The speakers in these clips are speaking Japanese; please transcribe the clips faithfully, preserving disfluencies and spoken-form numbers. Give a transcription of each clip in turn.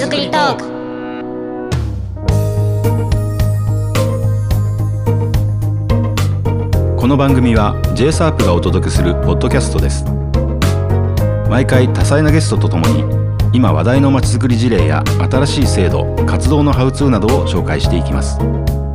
づくりトーク。 この番組は ジェイサープ がお届けするポッドキャストです。毎回多彩なゲストとともに今話題のまちづくり事例や新しい制度、活動のハウツーなどを紹介していきます。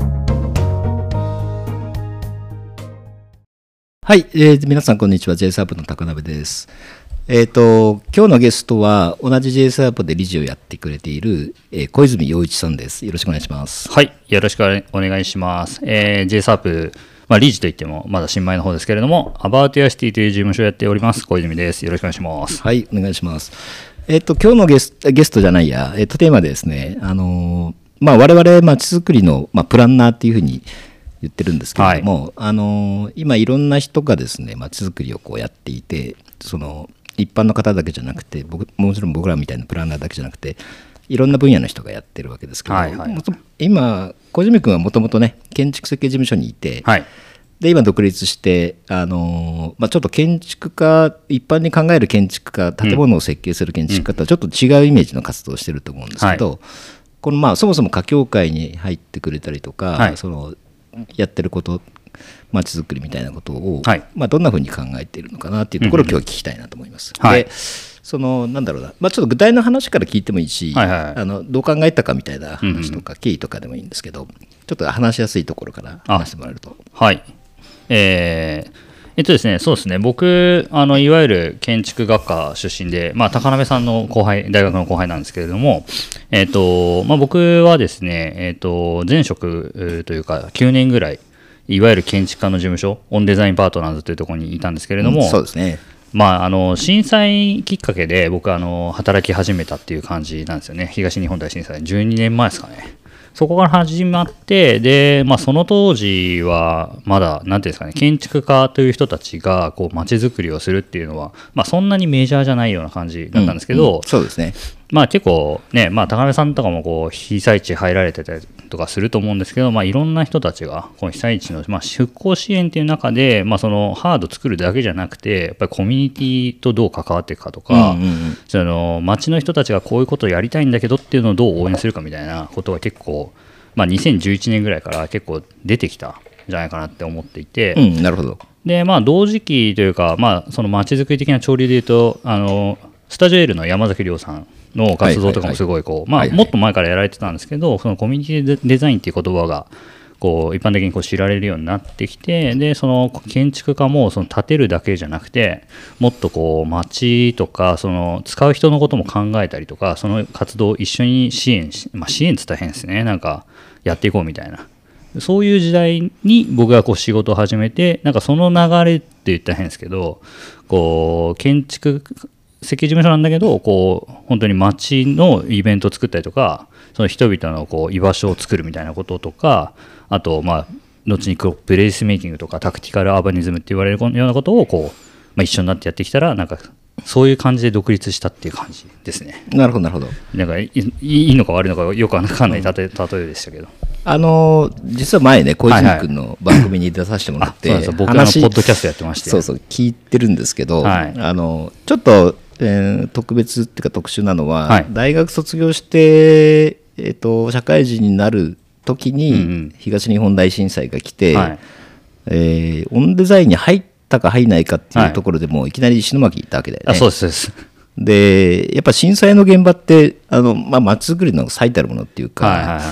はい、えー、皆さんこんにちは。 ジェイサープ の高鍋です。えーと今日のゲストは同じ ジェイサープ で理事をやってくれている、えー、小泉洋一さんです。よろしくお願いします。 はい、よろしくお願いします。えー、ジェイサープ、まあ、理事といってもまだ新米の方ですけれども、アバウトヤシティという事務所をやっております小泉です。よろしくお願いします。 はい、お願いします。えっ、ー、と今日のゲスト、ゲストじゃないや、えっ、ー、とテーマでですね、あのー、まあ我々まちづくりの、まあ、プランナーっていうふうに言ってるんですけれども、はい、あのー、今いろんな人がですねまちづくりをこうやっていて、その一般の方だけじゃなくて、僕もちろん僕らみたいなプランナーだけじゃなくていろんな分野の人がやってるわけですけど、はいはい、今小泉君はもともとね建築設計事務所にいて、はい、で今独立して、あのーまあ、ちょっと建築家、一般に考える建築家、建物を設計する建築家とはちょっと違うイメージの活動をしてると思うんですけど、はい、このまあそもそも華僑会に入ってくれたりとか、はい、そのやってることまちづくりみたいなことを、はい、まあ、どんなふうに考えているのかなっていうところを今日は聞きたいなと思います。うんうん、で、はい、そのなんだろうな、まあ、ちょっと具体の話から聞いてもいいし、はいはいはい、あのどう考えたかみたいな話とか、うんうん、経緯とかでもいいんですけど、ちょっと話しやすいところから話してもらえると。 はい、えーえっとですね、そうですね、僕あのいわゆる建築学科出身で、まあ、高鍋さんの後輩、大学の後輩なんですけれども、えっとまあ、僕はですね、えっと前職というかきゅうねんぐらいいわゆる建築家の事務所オンデザインパートナーズというところにいたんですけれども、うん、 そうですね、 まあ、あの震災きっかけで僕あの働き始めたっていう感じなんですよね。東日本大震災じゅうにねんまえですかね。そこから始まって、で、まあ、その当時はまだ何ていうんですかね、建築家という人たちがこう街づくりをするっていうのは、まあ、そんなにメジャーじゃないような感じだったんですけど、 うんうん、そうですね、 まあ、結構ね、まあ、高鍋さんとかもこう被災地入られてたりとかすると思うんですけど、まあ、いろんな人たちがこの被災地の、まあ、復興支援っていう中で、まあ、そのハード作るだけじゃなくてやっぱりコミュニティとどう関わっていくかとか、うんうんうん、その街の人たちがこういうことをやりたいんだけどっていうのをどう応援するかみたいなことが結構、まあ、にせんじゅういちねんぐらいから結構出てきたんじゃないかなって思っていて、 うん、なるほど。 で、まあ、同時期というか、まあ、その街づくり的な潮流でいうと、あのスタジオ L の山崎亮さんの活動とかもすごいこう、まあ、もっと前からやられてたんですけど、そのコミュニティデザインっていう言葉がこう一般的にこう知られるようになってきて、でその建築家もその建てるだけじゃなくてもっとこう街とかその使う人のことも考えたりとか、その活動を一緒に支援し、まあ、支援って大変ですね、なんかやっていこうみたいな、そういう時代に僕がこう仕事を始めて、なんかその流れって言ったら変ですけど、こう建築設計事務所なんだけど、こう本当に街のイベントを作ったりとか、その人々のこう居場所を作るみたいなこととか、あとまあ後にプレイスメイキングとかタクティカルアーバニズムって言われるようなことをこう、まあ、一緒になってやってきたら、なんかそういう感じで独立したっていう感じですね。 なるほどなるほど。 なんかいいいのか悪いのかよくわかんない例え、例えでしたけど、 あの実は前ね小泉君の番組に出させてもらって、はいはい、 僕のポッドキャストやってまして、 そうそう聞いてるんですけど、はい、あのちょっと、えー、特別っていうか特殊なのは、はい、大学卒業して、えーと、社会人になる時に東日本大震災が来て、はい、えー、オンデザインに入ったか入らないかっていうところでも、はい、いきなり石巻に行ったわけだよね。 あ、そうですそうです。 でやっぱ震災の現場ってあの、まあ、街づくりの最たるものっていうか、はいはいはい、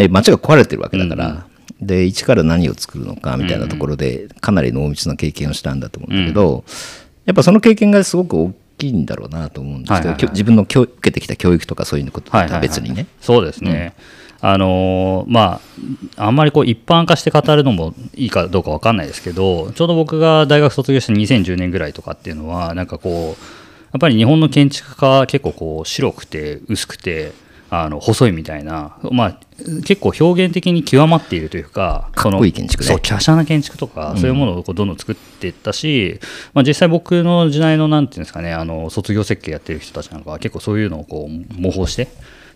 ね、街が壊れてるわけだから、うん、で一から何を作るのかみたいなところで、うん、かなり濃密な経験をしたんだと思うんだけど、うん、やっぱその経験がすごく大きいんだろうなと思うんですけど、はいはいはい、自分の受けてきた教育とかそういうこととは別にね、はいはいはい、 そうですね、うん、あのー、まああんまりこう一般化して語るのもいいかどうか分かんないですけど、ちょうど僕が大学卒業したにせんじゅうねんぐらいとかっていうのはなんかこうやっぱり日本の建築家は結構こう白くて薄くてあの細いみたいな、まあ、結構表現的に極まっているというか、 かっこいい建築ね、 そう華奢な建築とか、うん、そういうものをこうどんどん作っていったし、まあ、実際僕の時代のなんていうんですかね、あの卒業設計やってる人たちなんかは結構そういうのをこう模倣して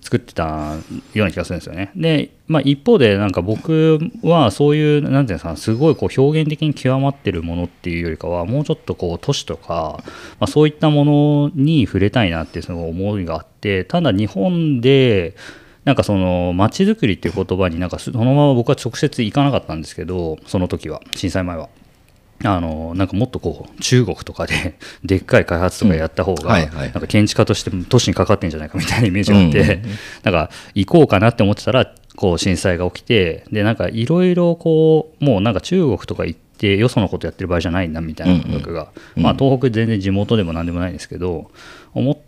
作ってたような気がするんですよね。で、まあ、一方でなんか僕はそういうなんていうんですか、すごいこう表現的に極まってるものっていうよりかはもうちょっとこう都市とか、まあ、そういったものに触れたいなっていうその思いがあって、ただ日本でなんかその街づくりっていう言葉になんかそのまま僕は直接行かなかったんですけど、その時は震災前はあのなんかもっとこう中国とかででっかい開発とかやった方がなんか建築家として都市にかかってんじゃないかみたいなイメージがあって、なんか行こうかなって思ってたらこう震災が起きて、でなんかいろいろこうもうなんか中国とか行ってよそのことやってる場合じゃないなみたいな感覚が、まあ東北全然地元でもなんでもないんですけど思って、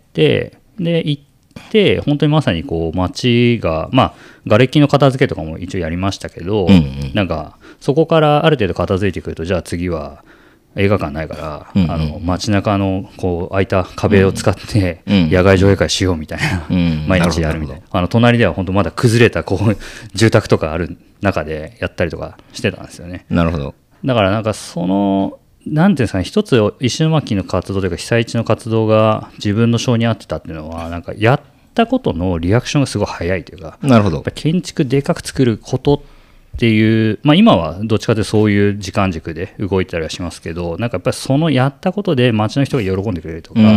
で行って本当にまさにこう街がまあ瓦礫の片付けとかも一応やりましたけど、なんかそこからある程度片付いてくると、じゃあ次は映画館ないから、うんうん、あの街中のこう空いた壁を使って野外上映会しようみたいな、うん、毎日やるみたいな、あの隣では本当まだ崩れたこう住宅とかある中でやったりとかしてたんですよね。 なるほど。 だからなんかそのなんていうんですかね、一つ石巻の活動というか被災地の活動が自分の性に合ってたっていうのは、なんかやったことのリアクションがすごい早いというか、 なるほど。 やっぱ建築でかく作ることっていう、まあ、今はどっちかというとそういう時間軸で動いたりはしますけど、なんかやっぱりそのやったことで街の人が喜んでくれるとか、うん、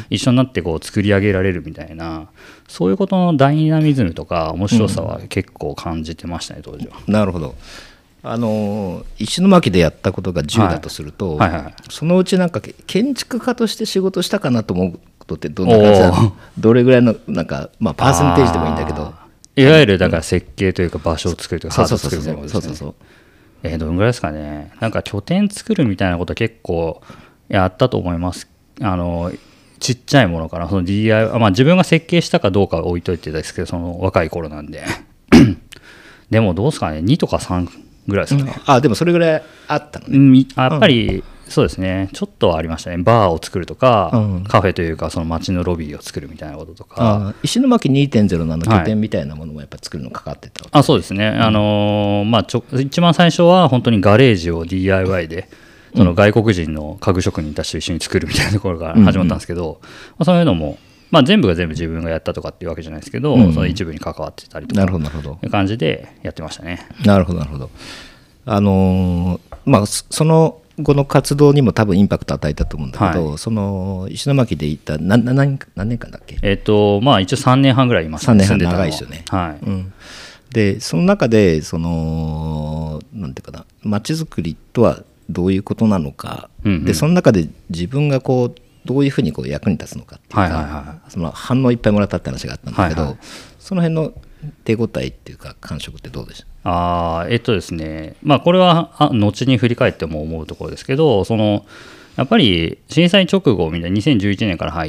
一緒になってこう作り上げられるみたいな、そういうことのダイナミズムとか面白さは結構感じてましたね、当時は。 なるほど。あの石巻でやったことがじゅうだとすると、はいはいはいはい、そのうちなんか建築家として仕事したかなと思うことってどんな感じなの？どれぐらいのなんか、まあ、パーセンテージでもいいんだけど、 いわゆるだから設計というか場所を作るというか、 ハード作るみたいなことですね。 えー、どのぐらいですかね。なんか拠点作るみたいなこと結構やったと思います。あのちっちゃいものからその ディーアイワイ、まあ、自分が設計したかどうかは置いといてですけど、その若い頃なんででもどうですかね、にとかさんぐらいですかね、 うん、あでもそれぐらいあったのね、 うん、やっぱり、うん、そうですね、ちょっとはありましたね。バーを作るとか、うん、カフェというかその街のロビーを作るみたいなこととか、 あ石巻 にてんゼロ の拠点みたいなものもやっぱ作るのかかってた、 はい、あそうですね、うん、あのーまあ、ちょ一番最初は本当にガレージを ディーアイワイ でその外国人の家具職人たちと一緒に作るみたいなところから始まったんですけど、うんうん、まあ、そういうのも、まあ、全部が全部自分がやったとかっていうわけじゃないですけど、うんうん、その一部に関わってたりとかいう感じでやってましたね。 なるほどなるほど。あのーまあ、その後の活動にも多分インパクトを与えたと思うんだけど、はい、その石巻でいた何, 何, 何年間だっけ、 えーとまあ、一応さんねんはんぐらいいました、ね、 さんねんはん長いですよね、 はいうん、 でその中でそのなんていうかな、街づくりとはどういうことなのか、うんうん、でその中で自分がこうどういうふうにこう役に立つのかっていうか、はいはいはい、その反応いっぱいもらったって話があったんだけど、はいはい、その辺の手応えっていうか感触ってどうでした？ あえっとですね、まあ、これは後に振り返っても思うところですけど、そのやっぱり震災直後みたいなにせんじゅういちねんから入って、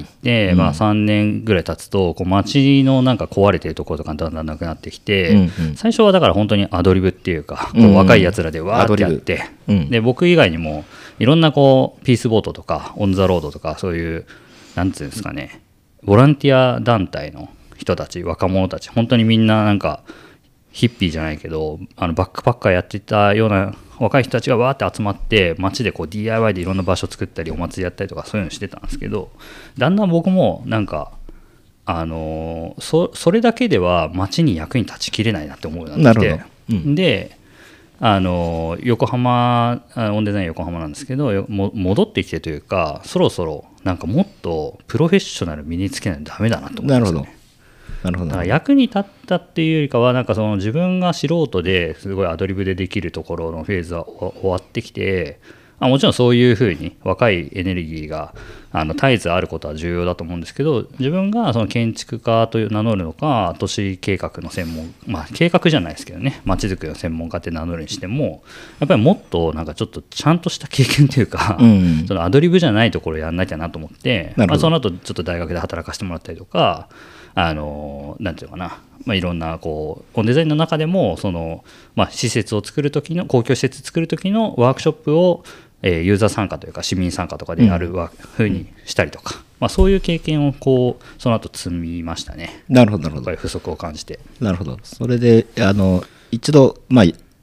うんまあ、さんねんぐらい経つとこう街のなんか壊れてるところとかだんだんなくなってきて、うんうん、最初はだから本当にアドリブっていうか、こう若いやつらでわーってやって、うんうん、で僕以外にもいろんなこうピースボートとかオンザロードとかそういうなんていうんですかね、ボランティア団体の人たち、若者たち、本当にみんななんかヒッピーじゃないけどあのバックパッカーやってたような若い人たちがわーって集まって街でこう ディーアイワイ でいろんな場所作ったりお祭りやったりとかそういうのしてたんですけど、だんだん僕もなんかあのー、そ, それだけでは街に役に立ちきれないなって思うようになってきて、うん、であのー、横浜オンデザイン横浜なんですけども戻ってきてというか、そろそろなんかもっとプロフェッショナル身につけないとダメだなと思うんですよね。なるほど。だから役に立ったっていうよりかはなんかその自分が素人ですごいアドリブでできるところのフェーズは終わってきて、あもちろんそういうふうに若いエネルギーがあの絶えずあることは重要だと思うんですけど、自分がその建築家と名乗るのか都市計画の専門、まあ計画じゃないですけどね、街づくりの専門家って名乗るにしてもやっぱりもっとなんかちょっとちゃんとした経験というか、うんうん、そのアドリブじゃないところをやんなきゃなと思って、まあ、その後ちょっと大学で働かせてもらったりとか、あのなんていうのかな、まあ、いろんなこうオンデザインの中でもその、まあ、施設を作る時の公共施設作る時のワークショップを、えー、ユーザー参加というか市民参加とかでやるふうにしたりとか、うんまあ、そういう経験をこうその後積みましたね。 なるほどなるほど。 やっぱり不足を感じて。 なるほど。それであの一度、まあ、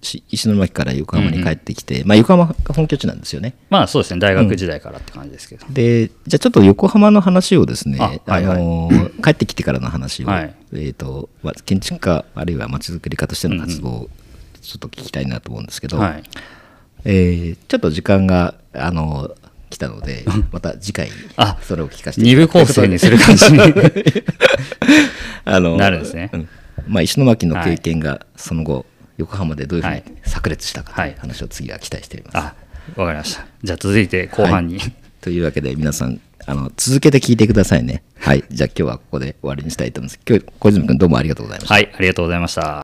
石巻から横浜に帰ってきて、うんうん、まあ、横浜が本拠地なんですよね。 まあそうですね、大学時代からって感じですけど、 うん、でじゃあちょっと横浜の話をですね、あ、はいはい、あの帰ってきてからの話を、はい、えーとまあ、建築家あるいはまちづくり家としての活動をちょっと聞きたいなと思うんですけど、うんうん、はい、えー、ちょっと時間があの来たのでまた次回それを聞かせてに部構成にする感じにあのなるんですね、 うん、まあ、石巻の経験がその後、はい、横浜でどういうふうに炸裂したかという話を次は期待しています。 はい、あ、わかりました。じゃあ続いて後半に、はい、 というわけで皆さんあの続けて聞いてくださいね。はい、じゃあ今日はここで終わりにしたいと思います。今日小泉君どうもありがとうございました。 はい、ありがとうございました。